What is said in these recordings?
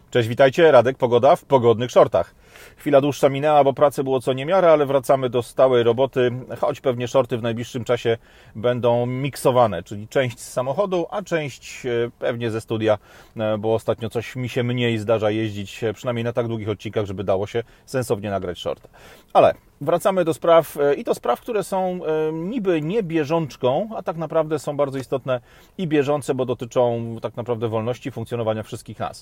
Cześć, witajcie, Radek, pogoda w pogodnych shortach. Chwila dłuższa minęła, bo pracy było co niemiara, ale wracamy do stałej roboty, choć pewnie shorty w najbliższym czasie będą miksowane, czyli część z samochodu, a część pewnie ze studia, bo ostatnio coś mi się mniej zdarza jeździć, przynajmniej na tak długich odcinkach, żeby dało się sensownie nagrać shorta. Ale wracamy do spraw i to spraw, które są niby nie bieżączką, a tak naprawdę są bardzo istotne i bieżące, bo dotyczą tak naprawdę wolności funkcjonowania wszystkich nas.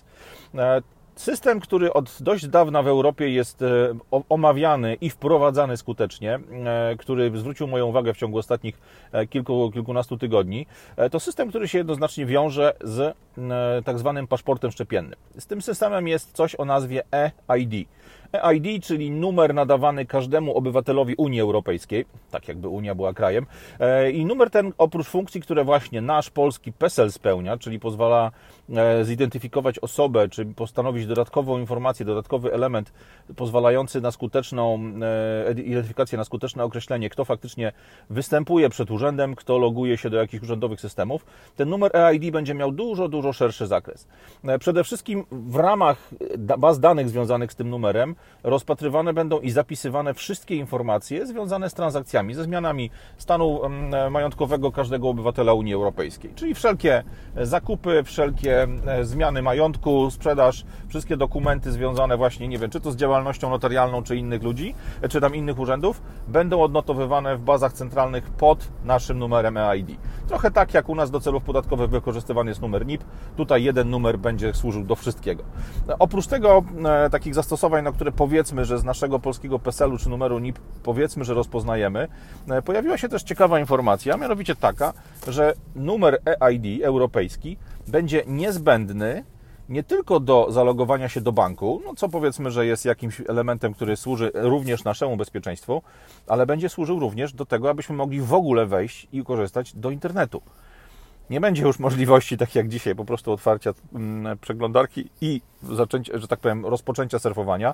System, który od dość dawna w Europie jest omawiany i wprowadzany skutecznie, który zwrócił moją uwagę w ciągu ostatnich kilkunastu tygodni, to system, który się jednoznacznie wiąże z tak zwanym paszportem szczepiennym. Z tym systemem jest coś o nazwie eID. eID, czyli numer nadawany każdemu obywatelowi Unii Europejskiej, tak jakby Unia była krajem. I numer ten, oprócz funkcji, które właśnie nasz polski PESEL spełnia, czyli pozwala zidentyfikować osobę, czy postanowić dodatkową informację, dodatkowy element pozwalający na skuteczną identyfikację, na skuteczne określenie, kto faktycznie występuje przed urzędem, kto loguje się do jakichś urzędowych systemów. Ten numer eID będzie miał dużo szerszy zakres. Przede wszystkim w ramach baz danych związanych z tym numerem rozpatrywane będą i zapisywane wszystkie informacje związane z transakcjami, ze zmianami stanu majątkowego każdego obywatela Unii Europejskiej. Czyli wszelkie zakupy, wszelkie zmiany majątku, sprzedaż, wszystkie dokumenty związane właśnie, nie wiem, czy to z działalnością notarialną, czy innych ludzi, czy tam innych urzędów, będą odnotowywane w bazach centralnych pod naszym numerem eID. Trochę tak jak u nas do celów podatkowych wykorzystywany jest numer NIP, tutaj jeden numer będzie służył do wszystkiego. Oprócz tego takich zastosowań, na które powiedzmy, że z naszego polskiego PESEL-u czy numeru NIP powiedzmy, że rozpoznajemy, pojawiła się też ciekawa informacja, a mianowicie taka, że numer eID europejski będzie niezbędny nie tylko do zalogowania się do banku, no co powiedzmy, że jest jakimś elementem, który służy również naszemu bezpieczeństwu, ale będzie służył również do tego, abyśmy mogli w ogóle wejść i korzystać do internetu. Nie będzie już możliwości, tak jak dzisiaj, po prostu otwarcia przeglądarki i zaczęcia, że tak powiem, rozpoczęcia surfowania.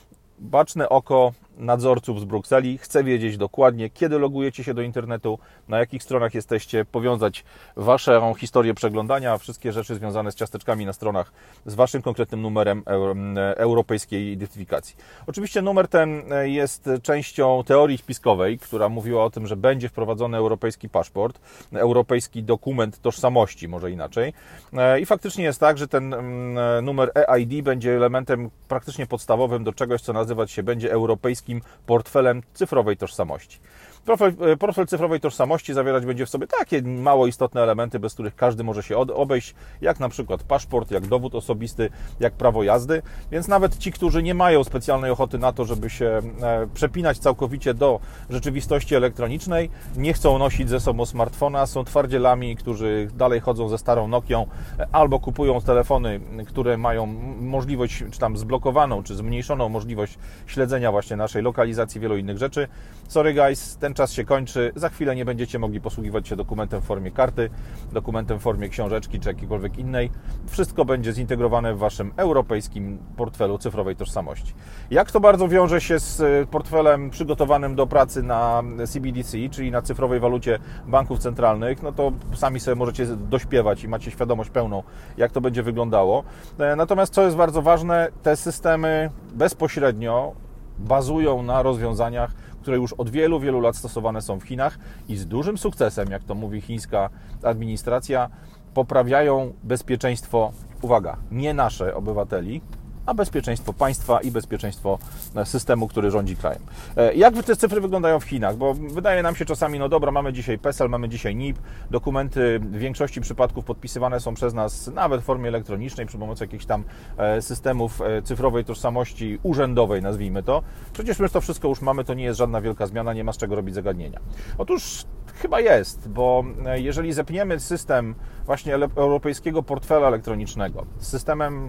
Baczne oko nadzorców z Brukseli chce wiedzieć dokładnie, kiedy logujecie się do internetu, na jakich stronach jesteście, powiązać Waszą historię przeglądania, wszystkie rzeczy związane z ciasteczkami na stronach, z Waszym konkretnym numerem europejskiej identyfikacji. Oczywiście numer ten jest częścią teorii spiskowej, która mówiła o tym, że będzie wprowadzony europejski paszport, europejski dokument tożsamości, może inaczej. I faktycznie jest tak, że ten numer eID będzie elementem praktycznie podstawowym do czegoś, co nazywać się będzie europejskim portfelem cyfrowej tożsamości. Portfel cyfrowej tożsamości zawierać będzie w sobie takie mało istotne elementy, bez których każdy może się obejść, jak na przykład paszport, jak dowód osobisty, jak prawo jazdy, więc nawet ci, którzy nie mają specjalnej ochoty na to, żeby się przepinać całkowicie do rzeczywistości elektronicznej, nie chcą nosić ze sobą smartfona, są twardzielami, którzy dalej chodzą ze starą Nokią, albo kupują telefony, które mają możliwość, czy tam zblokowaną, czy zmniejszoną możliwość śledzenia właśnie naszej lokalizacji, wielu innych rzeczy. Sorry guys, ten czas się kończy, za chwilę nie będziecie mogli posługiwać się dokumentem w formie karty, dokumentem w formie książeczki czy jakiejkolwiek innej. Wszystko będzie zintegrowane w Waszym europejskim portfelu cyfrowej tożsamości. Jak to bardzo wiąże się z portfelem przygotowanym do pracy na CBDC, czyli na cyfrowej walucie banków centralnych, no to sami sobie możecie dośpiewać i macie świadomość pełną, jak to będzie wyglądało. Natomiast co jest bardzo ważne, te systemy bezpośrednio bazują na rozwiązaniach, które już od wielu lat stosowane są w Chinach i z dużym sukcesem, jak to mówi chińska administracja, poprawiają bezpieczeństwo, uwaga, nie nasze obywateli, a bezpieczeństwo państwa i bezpieczeństwo systemu, który rządzi krajem. Jak te cyfry wyglądają w Chinach? Bo wydaje nam się czasami, no dobra, mamy dzisiaj PESEL, mamy dzisiaj NIP, dokumenty w większości przypadków podpisywane są przez nas nawet w formie elektronicznej, przy pomocy jakichś tam systemów cyfrowej tożsamości urzędowej, nazwijmy to. Przecież my to wszystko już mamy, to nie jest żadna wielka zmiana, nie ma z czego robić zagadnienia. Otóż chyba jest, bo jeżeli zepniemy system właśnie europejskiego portfela elektronicznego z systemem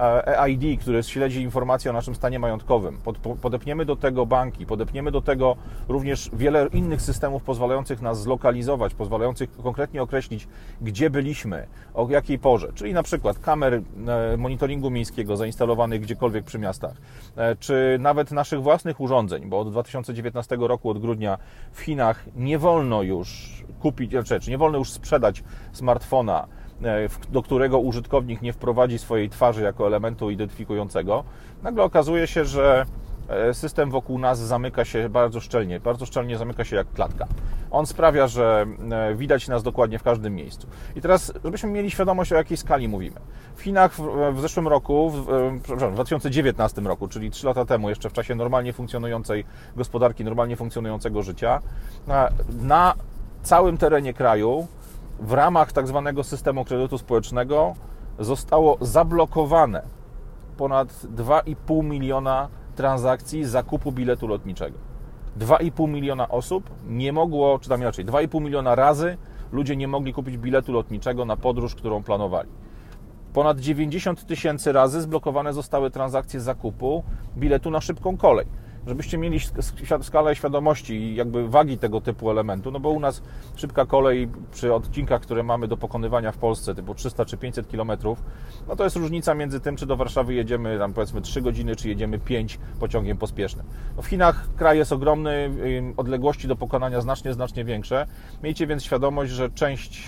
eID, który śledzi informacje o naszym stanie majątkowym, podepniemy do tego banki, podepniemy do tego również wiele innych systemów pozwalających nas zlokalizować, pozwalających konkretnie określić, gdzie byliśmy, o jakiej porze, czyli na przykład kamer monitoringu miejskiego zainstalowanych gdziekolwiek przy miastach, czy nawet naszych własnych urządzeń, bo od 2019 roku, od grudnia w Chinach nie wolno już kupić, czy nie wolno już sprzedać smartfona do którego użytkownik nie wprowadzi swojej twarzy jako elementu identyfikującego, nagle okazuje się, że system wokół nas zamyka się bardzo szczelnie zamyka się jak klatka. On sprawia, że widać nas dokładnie w każdym miejscu. I teraz, żebyśmy mieli świadomość, o jakiej skali mówimy. W Chinach w zeszłym roku, w 2019 roku, czyli 3 lata temu, jeszcze w czasie normalnie funkcjonującej gospodarki, normalnie funkcjonującego życia, na całym terenie kraju w ramach tak zwanego systemu kredytu społecznego zostało zablokowane ponad 2,5 miliona transakcji zakupu biletu lotniczego. 2,5 miliona osób nie mogło, czy tam inaczej, 2,5 miliona razy ludzie nie mogli kupić biletu lotniczego na podróż, którą planowali. Ponad 90 000 razy zblokowane zostały transakcje zakupu biletu na szybką kolej. Żebyście mieli skalę świadomości i jakby wagi tego typu elementu, no bo u nas szybka kolej przy odcinkach, które mamy do pokonywania w Polsce, typu 300 czy 500 km, no to jest różnica między tym, czy do Warszawy jedziemy tam powiedzmy 3 godziny, czy jedziemy 5 pociągiem pospiesznym. No w Chinach kraj jest ogromny, odległości do pokonania znacznie większe. Miejcie więc świadomość, że część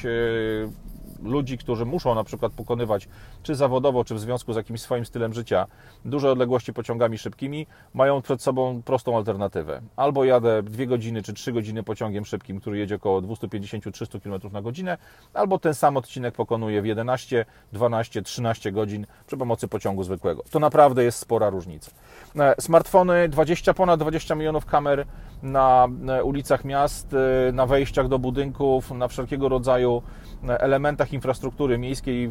ludzi, którzy muszą na przykład pokonywać czy zawodowo, czy w związku z jakimś swoim stylem życia duże odległości pociągami szybkimi, mają przed sobą prostą alternatywę. Albo jadę 2 godziny czy 3 godziny pociągiem szybkim, który jedzie około 250-300 km na godzinę, albo ten sam odcinek pokonuję w 11, 12, 13 godzin przy pomocy pociągu zwykłego. To naprawdę jest spora różnica. Smartfony, ponad 20 milionów kamer na ulicach miast, na wejściach do budynków, na wszelkiego rodzaju elementach infrastruktury miejskiej.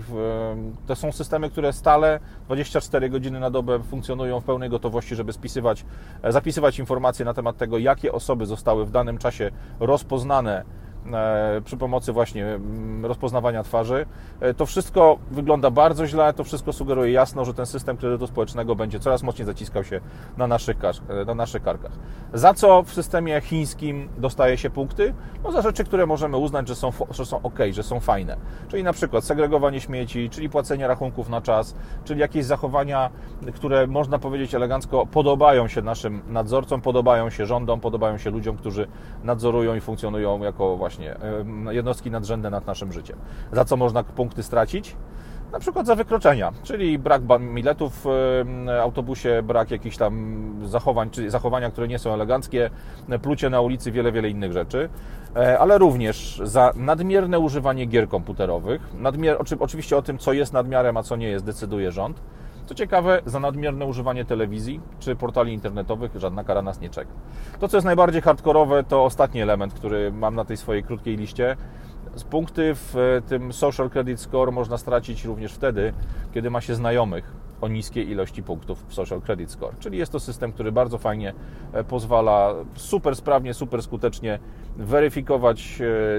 To są systemy, które stale 24 godziny na dobę funkcjonują w pełnej gotowości, żeby zapisywać informacje na temat tego, jakie osoby zostały w danym czasie rozpoznane przy pomocy właśnie rozpoznawania twarzy. To wszystko wygląda bardzo źle, to wszystko sugeruje jasno, że ten system kredytu społecznego będzie coraz mocniej zaciskał się na naszych karkach. Za co w systemie chińskim dostaje się punkty? No za rzeczy, które możemy uznać, że są ok, że są fajne. Czyli na przykład segregowanie śmieci, czyli płacenie rachunków na czas, czyli jakieś zachowania, które można powiedzieć elegancko podobają się naszym nadzorcom, podobają się rządom, podobają się ludziom, którzy nadzorują i funkcjonują jako właśnie jednostki nadrzędne nad naszym życiem. Za co można punkty stracić? Na przykład za wykroczenia, czyli brak biletów w autobusie, brak jakichś tam zachowań, czyli zachowania, które nie są eleganckie, plucie na ulicy, wiele innych rzeczy, ale również za nadmierne używanie gier komputerowych. Oczywiście o tym, co jest nadmiarem, a co nie jest, decyduje rząd. Co ciekawe, za nadmierne używanie telewizji czy portali internetowych żadna kara nas nie czeka. To, co jest najbardziej hardkorowe, to ostatni element, który mam na tej swojej krótkiej liście. Punkty w tym Social Credit Score można stracić również wtedy, kiedy ma się znajomych o niskiej ilości punktów w Social Credit Score. Czyli jest to system, który bardzo fajnie pozwala super sprawnie, super skutecznie weryfikować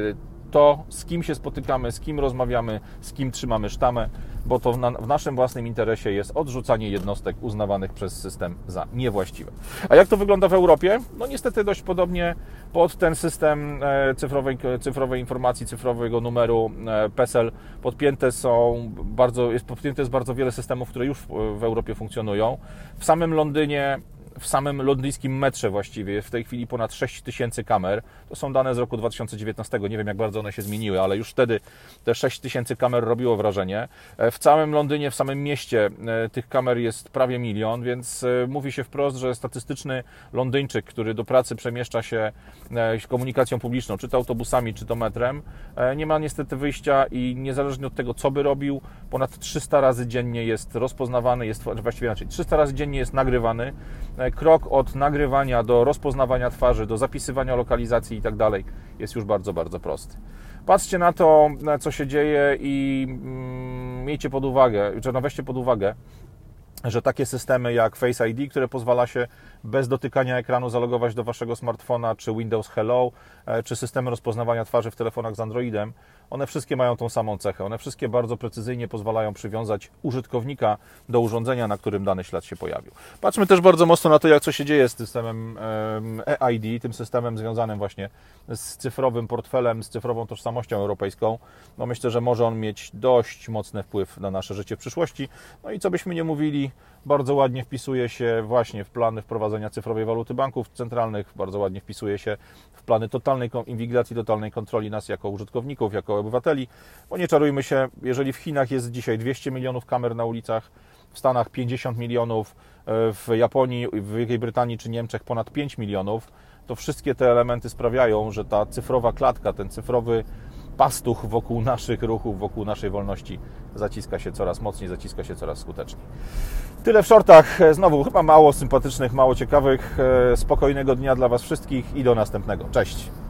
to, z kim się spotykamy, z kim rozmawiamy, z kim trzymamy sztamę, bo to w naszym własnym interesie jest odrzucanie jednostek uznawanych przez system za niewłaściwe. A jak to wygląda w Europie? No niestety dość podobnie. Pod ten system cyfrowej informacji, cyfrowego numeru PESEL podpięte jest bardzo wiele systemów, które już w Europie funkcjonują. W samym londyńskim metrze właściwie jest w tej chwili ponad 6 000 kamer. To są dane z roku 2019. Nie wiem, jak bardzo one się zmieniły, ale już wtedy te 6 000 kamer robiło wrażenie. W całym Londynie, w samym mieście tych kamer jest prawie 1 000 000, więc mówi się wprost, że statystyczny Londyńczyk, który do pracy przemieszcza się komunikacją publiczną, czy to autobusami, czy to metrem, nie ma niestety wyjścia i niezależnie od tego, co by robił, ponad 300 razy dziennie jest rozpoznawany, właściwie inaczej, 300 razy dziennie jest nagrywany. Krok od nagrywania do rozpoznawania twarzy, do zapisywania lokalizacji i tak dalej jest już bardzo prosty. Patrzcie na to, co się dzieje i weźcie pod uwagę, że takie systemy jak Face ID, które pozwala się bez dotykania ekranu zalogować do Waszego smartfona, czy Windows Hello, czy systemy rozpoznawania twarzy w telefonach z Androidem, one wszystkie mają tą samą cechę. One wszystkie bardzo precyzyjnie pozwalają przywiązać użytkownika do urządzenia, na którym dany ślad się pojawił. Patrzmy też bardzo mocno na to, co się dzieje z systemem eID, tym systemem związanym właśnie z cyfrowym portfelem, z cyfrową tożsamością europejską. No myślę, że może on mieć dość mocny wpływ na nasze życie w przyszłości. No i co byśmy nie mówili, bardzo ładnie wpisuje się właśnie w plany wprowadzenia cyfrowej waluty banków centralnych, bardzo ładnie wpisuje się w plany totalnej inwigilacji, totalnej kontroli nas jako użytkowników, jako obywateli, bo nie czarujmy się, jeżeli w Chinach jest dzisiaj 200 milionów kamer na ulicach, w Stanach 50 milionów, w Japonii, w Wielkiej Brytanii czy Niemczech ponad 5 milionów, to wszystkie te elementy sprawiają, że ta cyfrowa klatka, ten cyfrowy pastuch wokół naszych ruchów, wokół naszej wolności zaciska się coraz mocniej, zaciska się coraz skuteczniej. Tyle w shortach. Znowu chyba mało sympatycznych, mało ciekawych. Spokojnego dnia dla Was wszystkich i do następnego. Cześć!